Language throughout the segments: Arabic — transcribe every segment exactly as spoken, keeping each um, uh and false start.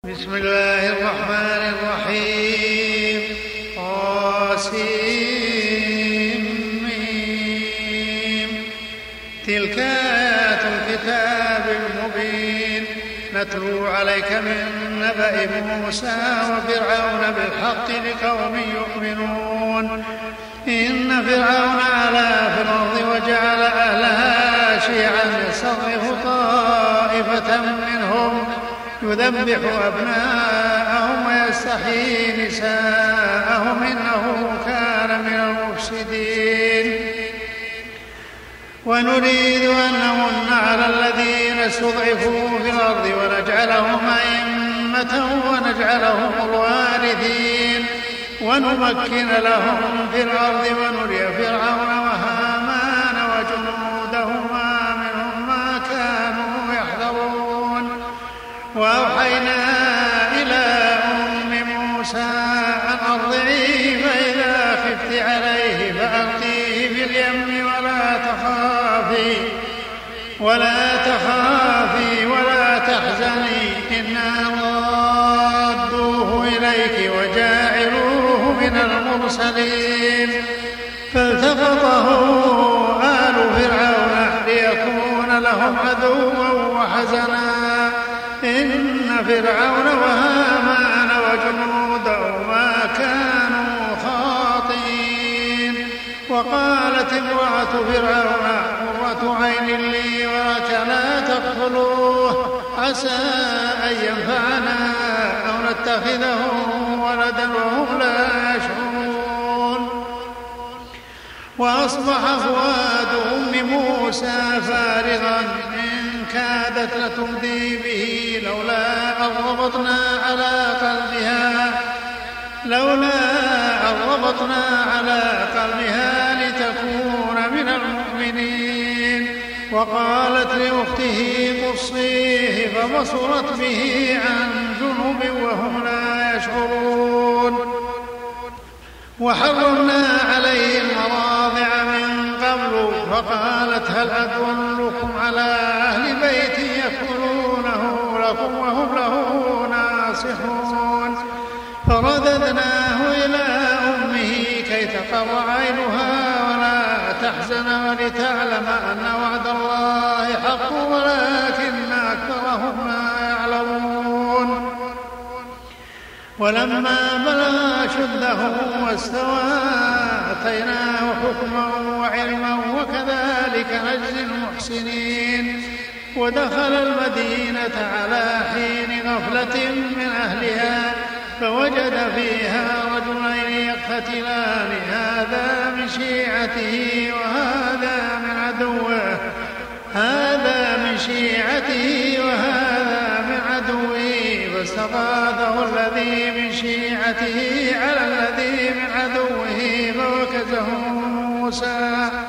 بسم الله الرحمن الرحيم. طاسيم. تلك آيات الكتاب المبين نتلو عليك من نبأ موسى وفرعون بالحق لقوم يؤمنون. إن فرعون علا في الأرض وجعل أهلها شيعا يستضعف طائفة منهم يذبح أبناءهم ويستحيي نساءهم إنه كان من المفسدين. ونريد أن نمن على الذين استضعفوا في الأرض ونجعلهم أئمة ونجعلهم الوارثين ونمكن لهم في الأرض ونري فرعون وهامان وجنودهما منهم ما كانوا يحذرون. وأوحينا إلى أم موسى أن أرضعيه فإذا خفت عليه فألقيه في اليم ولا تخافي ولا تخافي ولا تحزني إنا رادوه إليك وجاعلوه من المرسلين. فالتقطه آل فرعون ليكون لهم عدوا وحزنا إن فرعون وهامان وجنودهما كانوا خاطئين. وقالت امرأة فرعون قرة عين لي ولك لا تقتلوه عسى أن ينفعنا أو نتخذه ولدا وهم لا يشعرون. وأصبح فؤاد أم موسى فارغا إن كادت لتبدي به لولا أن ربطنا على قلبها لولا أن ربطنا على قلبها لتكون من المؤمنين. وقالت لأخته قصيه فبصرت به عن جنب وهم لا يشعرون. وحرمنا عليه المراضع من قبل فقالت هل أدلكم على أهل بيت يكفلونه لكم وهم له ناصحون. فرددناه إلى أمه كي تقر عينها ولا تحزن ولتعلم أن وعد الله حق ولكن أكثرهم لا يعلمون. ولما بلغ أشده واستوى آتيناه حكما وعلما وكذلك نجزي المحسنين. ودخل المدينة على حين غفلة من أهلها فوجد فيها رجلين يقتتلان هذا من شيعته وهذا من عدوه هذا من شيعته وهذا من عدوه فاستغاثه الذي من شيعته على الذي من عدوه فوكزه موسى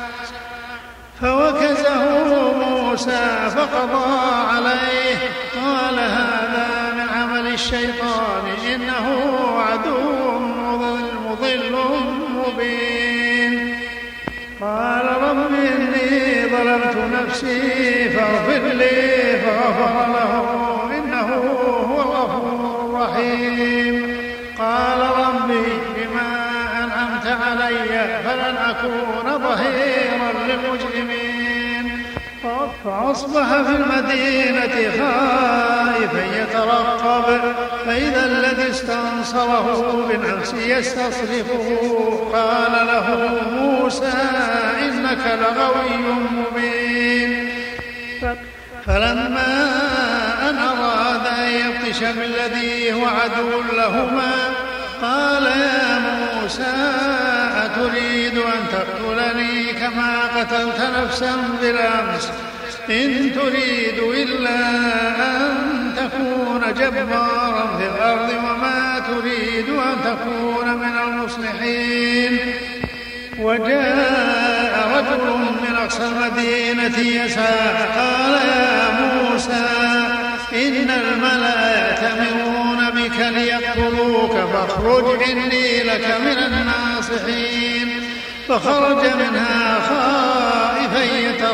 فوكزه موسى فقضى عليه قال هذا من عمل الشيطان إنه عدو مضل مبين. قال رب إني ظلمت نفسي فاغفر لي فغفر له إنه هو الغفور الرحيم. قال ربي بما أنعمت علي فلن أكون ظهيرا للمجرمين. فأصبح في المدينة خائفا يترقب فإذا الذي استنصره بالأمس يستصرخه قال له موسى إنك لغوي مبين. فلما أن أراد أن يبطش بالذي هو عدو لهما قال يا موسى أتريد أن تقتلني كما قتلت نفسا بالأمس إن تريد إلا أن تكون جبارا في الأرض وما تريد أن تكون من المصلحين. وجاء رجل من أقصى المدينة يسعى قال يا موسى إن الملأ يأتمرون بك ليقتلوك فاخرج إني لك من الناصحين. فخرج منها خائفا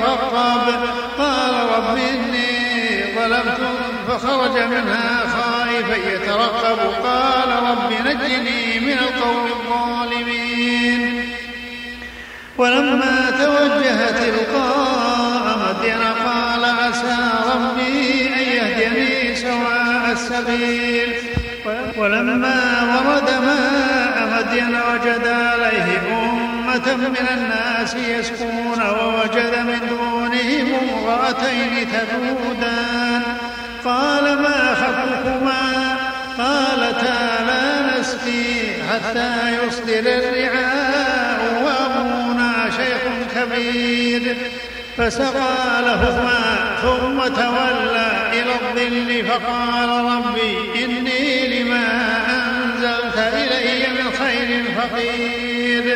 يترقب قال رب إني ظلمت فخرج منها خائفا خائفا يترقب قال رب نجني من القوم الظالمين. ولما توجه تلقاء مدين قال عسى ربي أن يهديني سواء السبيل. ولما ورد ماء مدين وجد عليه أمة من الناس يسقون ووجد من دونهم امرأتين تذودان قال ما خطبكما قالتا لا نسقي حتى يصدر الرعاء وأبونا شيخ كبير فسقى لهما ثم تولى إلى الظل فقال ربي إني لما أنزلت إلي من خير فقير.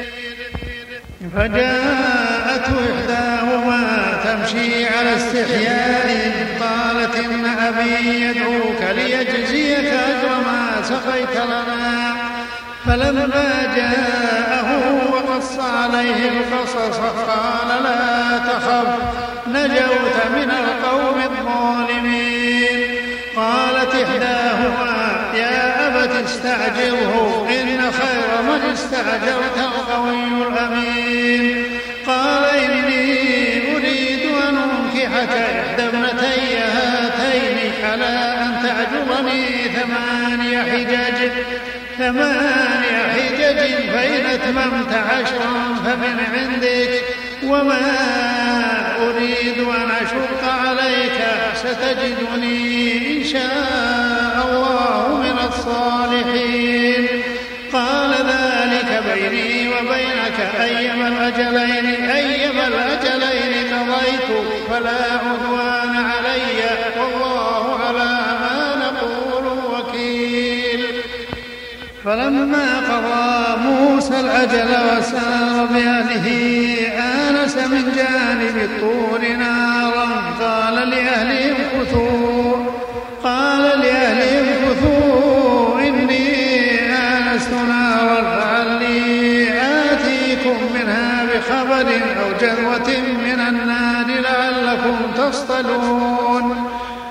فجاءته إحداهما تمشي على استحياء قالت إن أبي يدعوك ليجزيك أجر ما سقيت لنا. فلما جاءه وقص عليه القصص قال لا تخف نجوت من القوم الظالمين. قالت إحداهما يا أبت استعجله إن خير من استعجلت القوي الأمين. قال إني أريد أن أنكحك إحدى ابنتي هاتين على أن تعجرني ثماني حجج ثماني حجج فإن أتممت عشرا فمن عندك وما أريد أن أشق عليك ستجدني إن شاء الله من الصالحين. قال ذلك بيني وبينك أيما الأجلين أيما الأجلين قضيت فلا عدوان علي والله على ما نقول وكيل. فلما قضى موسى الأجل وسار بأهله آنس من جانب الطور نارا قال لأهلهم كثوا قال لأهلهم كثوا إني آنست نارا لعلي آتيكم منها بخبر أو جذوة من النار لعلكم تصطلون.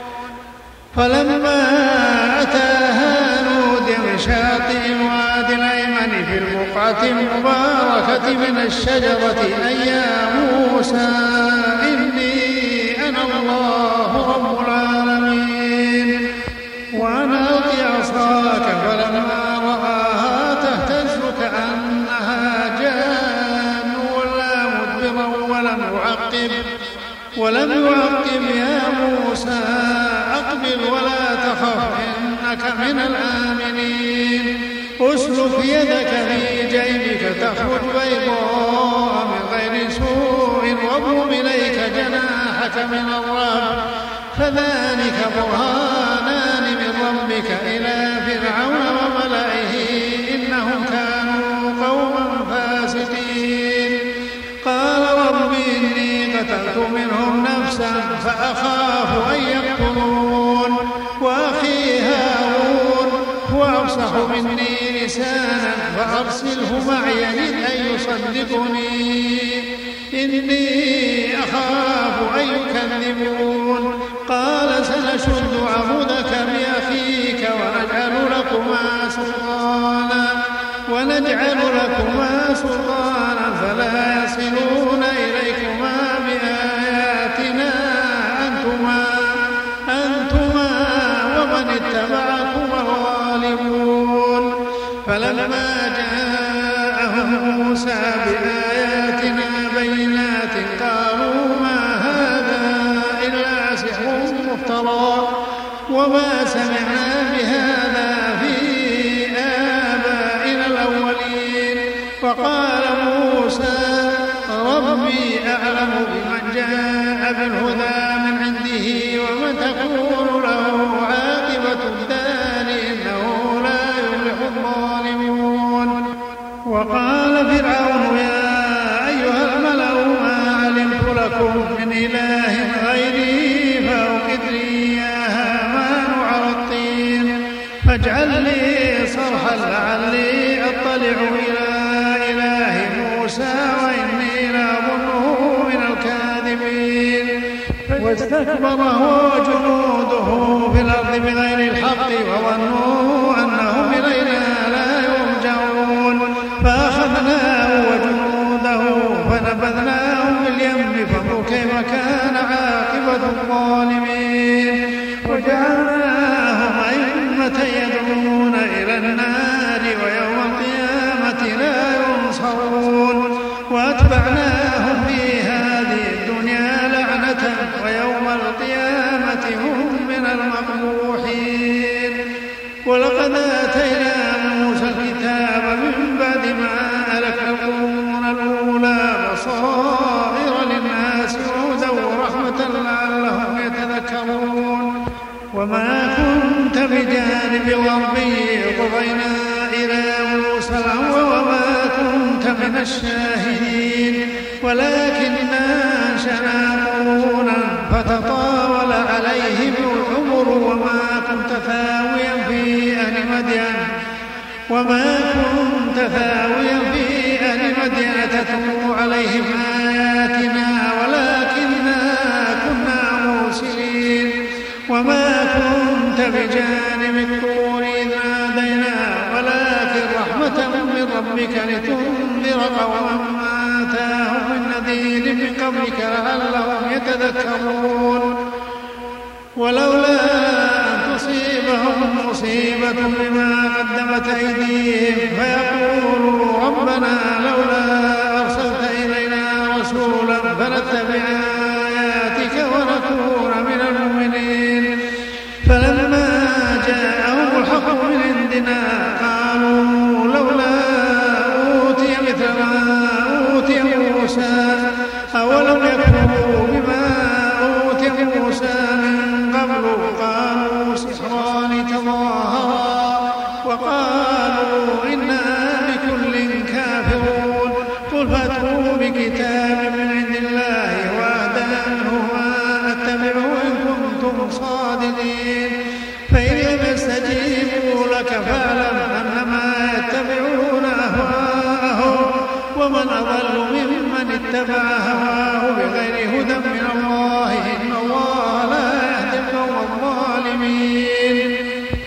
فلما أتاها نودي من شاطئ الوادي الأيمن في البقعة المباركة من الشجرة أي يا موسى إني أنا الله رب العالمين وأن ألق عصاك. فلما رآها تهتز كأنها جان ولا مدبرا ولم يعقب ولم يعقب يا موسى أقبل ولا تخف إنك من الآمنين. أسلك يدك في جيبك تخرج بيضاء من غير سوء واضم إليك جناحك من الرهب فذلك برهانان من ربك إلى فرعون وملئه إنهم كانوا قوما فاسقين. قال رب إني قتلت منهم نفسا فأخاف أن يقتلون وأخي هارون هو أفصح مني لسانا فأرسله معي أن يصدقني إني أخاف أن يكذبون. قال سنشد عضدك بأخيك ونجعل لكما سلطانا ونجعل لكما سلطانا فلا يصلون إليكما بآياتنا أنتما أنتما ومن اتبعكما الغالبون. فلما جاءهم موسى بآياتنا بينات قالوا ما هذا إلا سحر مفترى وما سمعنا بهذا في آبائنا الأولين. وقال موسى ربي أعلم بمن جاء بالهدى من عنده ومن تكون له عاقبة الدار إنه لا يفلح الظالمون. وقال فرعون يا أيها الملأ ما علمت لكم من إله غيري فأوقد لي يا هامان على الطين فاجعل لي صرحا لعلي أطلع إلى إله موسى وإني لأظنه من الكاذبين. واستكبر هو وجنوده في الأرض بغير الحق بالحق وظنوا أنهم إلينا لا يرجعون فأخذناه وجنوده فنبذناهم باليم فانظر كيف كان عاقبة الظالمين وجعلناهم أئمة يدعون إلى النار ويوم القيامة لا ينصرون وأتبعناهم في هذه الدنيا لعنة ويوم القيامة هم من المقبوحين ولقد آتينا موسى الكتاب من بعد ما أهلكنا القرون الأولى بصائر للناس وهدى ورحمة لعلهم يتذكرون وما كنت بجانب الغربي قضينا إلى موسى الأمر وما كنت من الشاهدين ولكننا أنشأنا قرونا فتطاول عليهم العمر وما كنت ثاويا في أهل مدين وما كنت ثاويا في أهل مدين تتلو عليهم آياتنا ولكننا كنا مرسلين وما كنت بجانب الطور إذ نادينا ولكن رحمة من ربك لتنذر قوما ما آتاهم من نذير من قبلك لعلهم يتذكرون ولولا أن تصيبهم مصيبة بما قدمت أيديهم فيقولوا ربنا لولا أرسلت إلينا رسولا فنتبع آياتك ونكون من المؤمنين فلما جاءهم الحق من عندنا قالوا لولا أوتي مثل ما أوتي موسى أولم يكفروا بما أوتي موسى من قبل قالوا سحران تظاهرا وقالوا إنا بكل كافرون قل فأتوا بكتاب من عند الله وأهدى منه ما أتبعه إن كنتم صادقين فإن لم يستجيبوا لك فاعلم أنما يتبعون أهواءهم ومن أضل ممن اتبع هواه بغير هدى من الله إن الله لا يهدي القوم الظالمين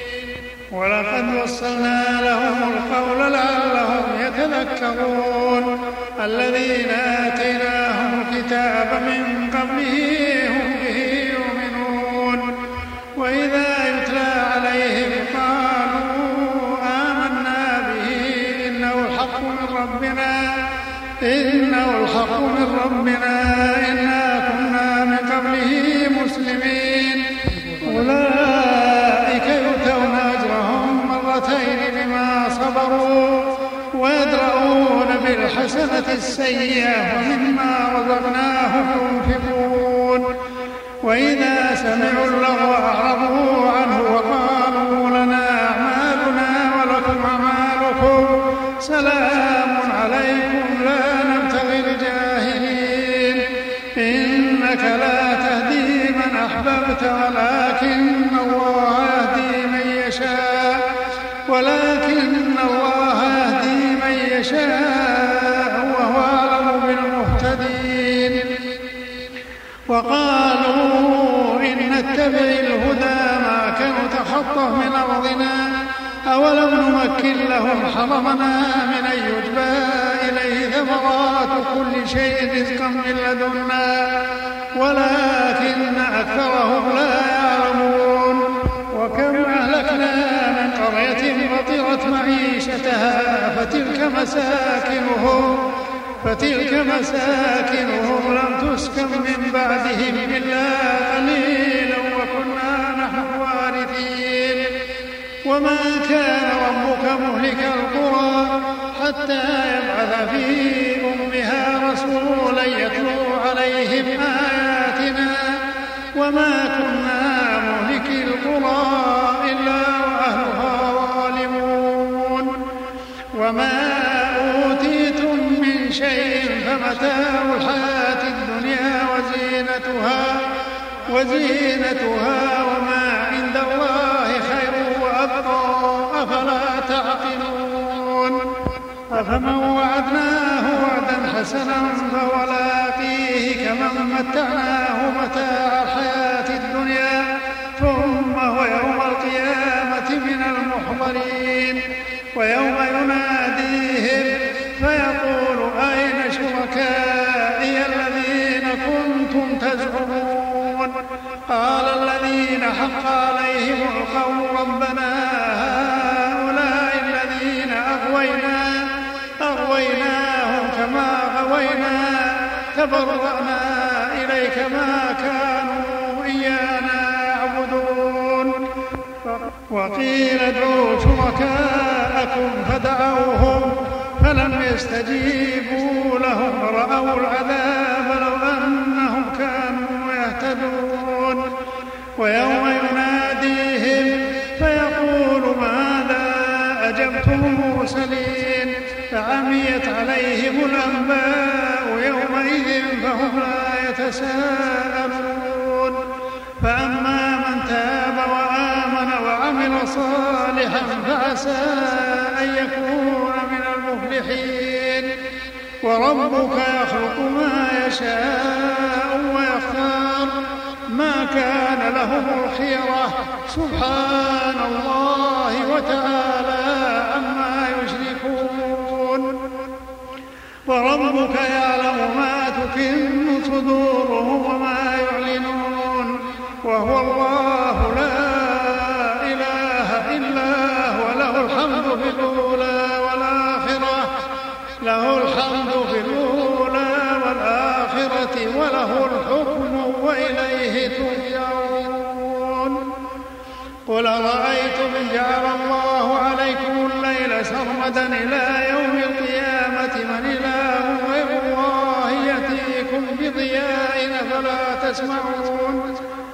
ولقد وصلنا لهم القول لعلهم يتذكرون الذين آتيناهم الكتاب من قبله هم به يؤمنون وإذا يتلى عليهم قالوا آمنا به إنه الحق من ربنا إنه الحق من ربنا إنا كنا من قبله مسلمين أولئك يؤتون أجرهم مرتين بما صبروا ويدرؤون بالحسنة السيئة ومما رزقناهم ينفقون وإذا سمعوا اللغو أعرضوا عنه وقالوا لنا أعمالنا ولكم أعمالكم سلام عليكم لا نبتغي الجاهلين إنك لا تهدي من أحببت ولكن الله يهدي من يشاء ولكن الله يهدي من يشاء وهو أعلم بالمهتدين وقالوا إن نتبع الهدى ما كان تخطف من أرضنا أولم نمكن لهم حرمنا من أن يجبى إليه ثمرات كل شيء رزقا من لدنا ولكن أكثرهم لا يعلمون وكم أهلكنا من قرية بطرت معيشتها فتلك مساكنهم فتلك مساكنهم لم تسكن من بعدهم إلا قليلا وكنا نحن الوارثين وما كان ربك مهلك القرى حتى يبعث في أمها رسولا يتلو عليهم آياتنا وما كنا مهلك القرى إلا وأهلها ظالمون وما أوتيتم من شيء فمتاع الحياة الدنيا وزينتها وزينتها وما عند الله خير وأبقى أفلا تعقلون أفمن وعدناه وعدا حسنا فهو لاقيه كمن متعناه متاع الحياة الدنيا ثم هو يوم القيامة المحضرين. ويوم يناديهم فيقول أين شركائي الذين كنتم تزعمون؟ قال الذين حق عليهم القول ربنا هؤلاء الذين أغوينا أغويناهم كما غوينا تبرأنا إليك ما كانوا إيانا يعبدون. وقيل ادعوا شركاءكم فدعوهم فلم يستجيبوا لهم رأوا العذاب لو أنهم كانوا يهتدون. ويوم يناديهم فيقول ماذا أجبتم المرسلين؟ فعميت عليهم الأنباء يومئذ فهم لا يتساءلون. فأما من تاب وآمن وعمل صالحا فعسى أن يكون من المفلحين. وربك يخلق ما يشاء ويختار ما كان لهم الخيرة سبحان الله وتعالى عما يشركون. وربك يعلم ما تكن صدورهم وما يعلنون وهو الله لا إله إلا هو له الحمد في الأولى والآخرة له الحمد في الأولى والآخرة وله الحكم وإليه ترجعون. قل أرأيتم إن جعل الله عليكم الليل سرمدا إلى يوم القيامة من إله غير الله يأتيكم بضياء أفلا تسمعون؟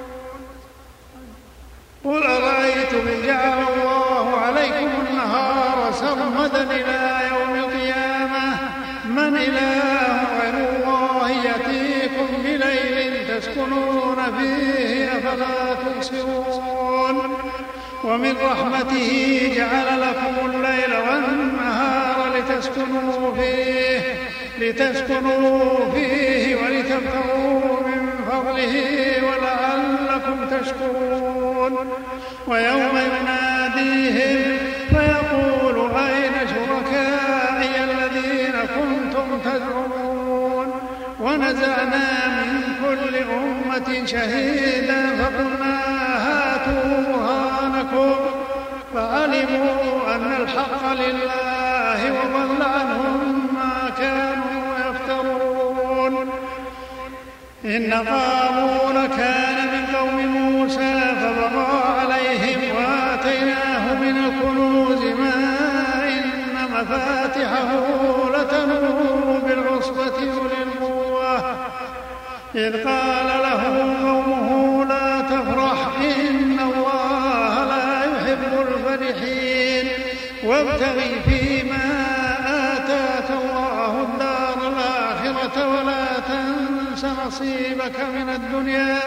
قل أرأيتم إن جعل الله عليكم النهار سرمدا إلى يوم القيامة من إله غير الله يأتيكم بليل تسكنون فيه أفلا تبصرون؟ ومن رحمته جعل لكم الليل والنهار لتسكنوا فيه لتسكنوا فيه ولتبتغوا من فضله ولعلكم تشكرون. ويوم يناديهم فيقول أين شركائي الذين كنتم تزعمون؟ ونزعنا من كل أمة شهيدا فقلنا هاتوا برهانكم فعلموا أن الحق لله وضل عنهم ما كانوا يفترون. إن قارون كان من قوم موسى فبغى عليهم وآتيناه من الكنوز ما إن مفاتحه لتنوء بالعصبة أولي القوة إذ قال له قومه لا تفرح إن الله لا يحب الفرحين وابتغ فيما آتاك الله الدار الآخرة ولا تنس نصيبك من الدنيا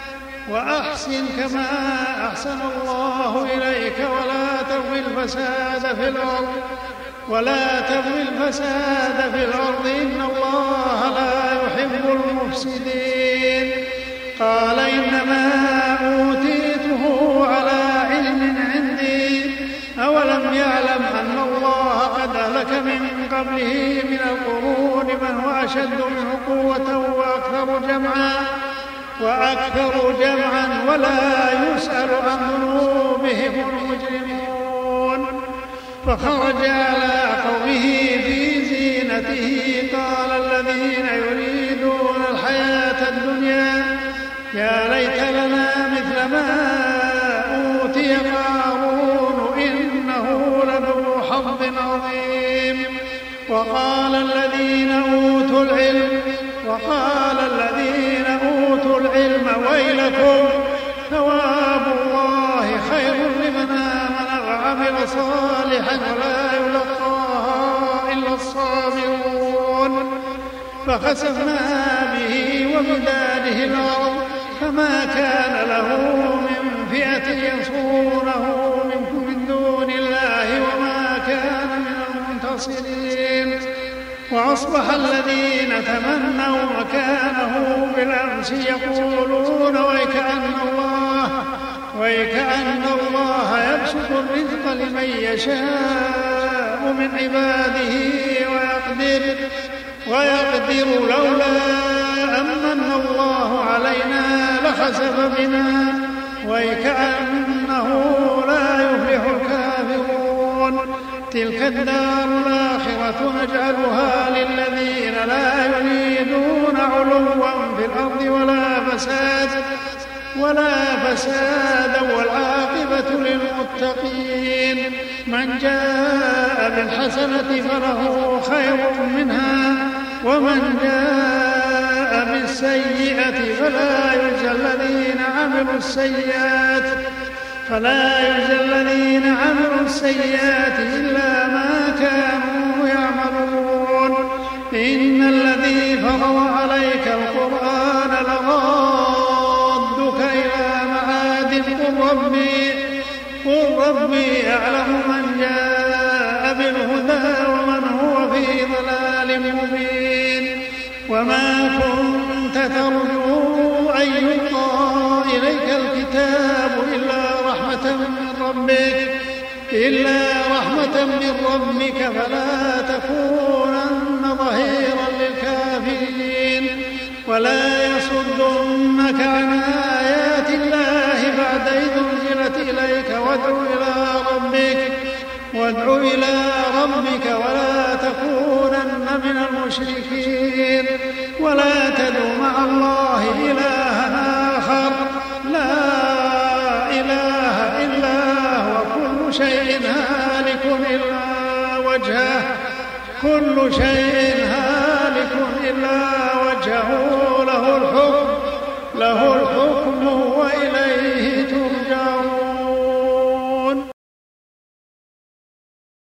وأحسن كما أحسن الله إليك ولا تبغ الفساد في الأرض ولا تبغ الفساد في الأرض إن الله لا يحب المفسدين. قال إنما أوتيته على علم عندي أولم يعلم أن الله قد أهلك من قبله من القرون من هو أشد منه قوة وأكثر جمعا وأكثر جمعا ولا يسأل عن ذنوبهم المجرمون. فخرج على قومه في زينته قال الذين يريدون الحياة الدنيا يا ليت لنا مثل ما أوتي قارون إنه لذو حظ عظيم. وقال الذين أوتوا العلم وقال الذين أوتوا العلم ويلكم ثواب الله خير لمن آمن وعمل صالحا ولا يلقاها إلا الصابرون. فخسفنا به وبداره الأرض فما كان له من فئة ينصرونه من دون الله وما كان من المنتصرين. وأصبح الذين تمنوا مكانه بالأمس يقولون ويكأن الله وكأن الله يبسط الرزق لمن يشاء من عباده ويقدر ويقدر لولا أمن الله علينا لخسف بنا وكأنه لا يفلح الكافرون. تلك الدار الآخرة نجعلها للذين لا يريدون علوا في الأرض ولا فساد ولا فسادا والعاقبة للمتقين. من جاء بالحسنة فله خير منها ومن جاء بالسيئة فلا يجزى الذين عملوا السيئات فلا يجزى الذين عملوا السيئات إلا ما كانوا يعملون. إن الذي فرض عليك القرآن لرادك إلى معاد قل ربي قل ربي أعلم من جاء بالهدى ومن هو في ضلال مبين. وما كنت ترجو أن يلقى إليك الكتاب إلا رحمة من ربك إلا رحمة من ربك فلا تكونن ظهيرا للكافرين. ولا يصدنك عن آيات الله بعد إذ أنزلت إليك وادع إلى ربك وادع إلى ربك ولا تكونن من المشركين. ولا تدع مع الله إلها آخر لا إله إلا هو كل شيء هالك إلا وجهه كل شيء هالك إلا وجهه له الحكم له الحكم وإليه ترجعون.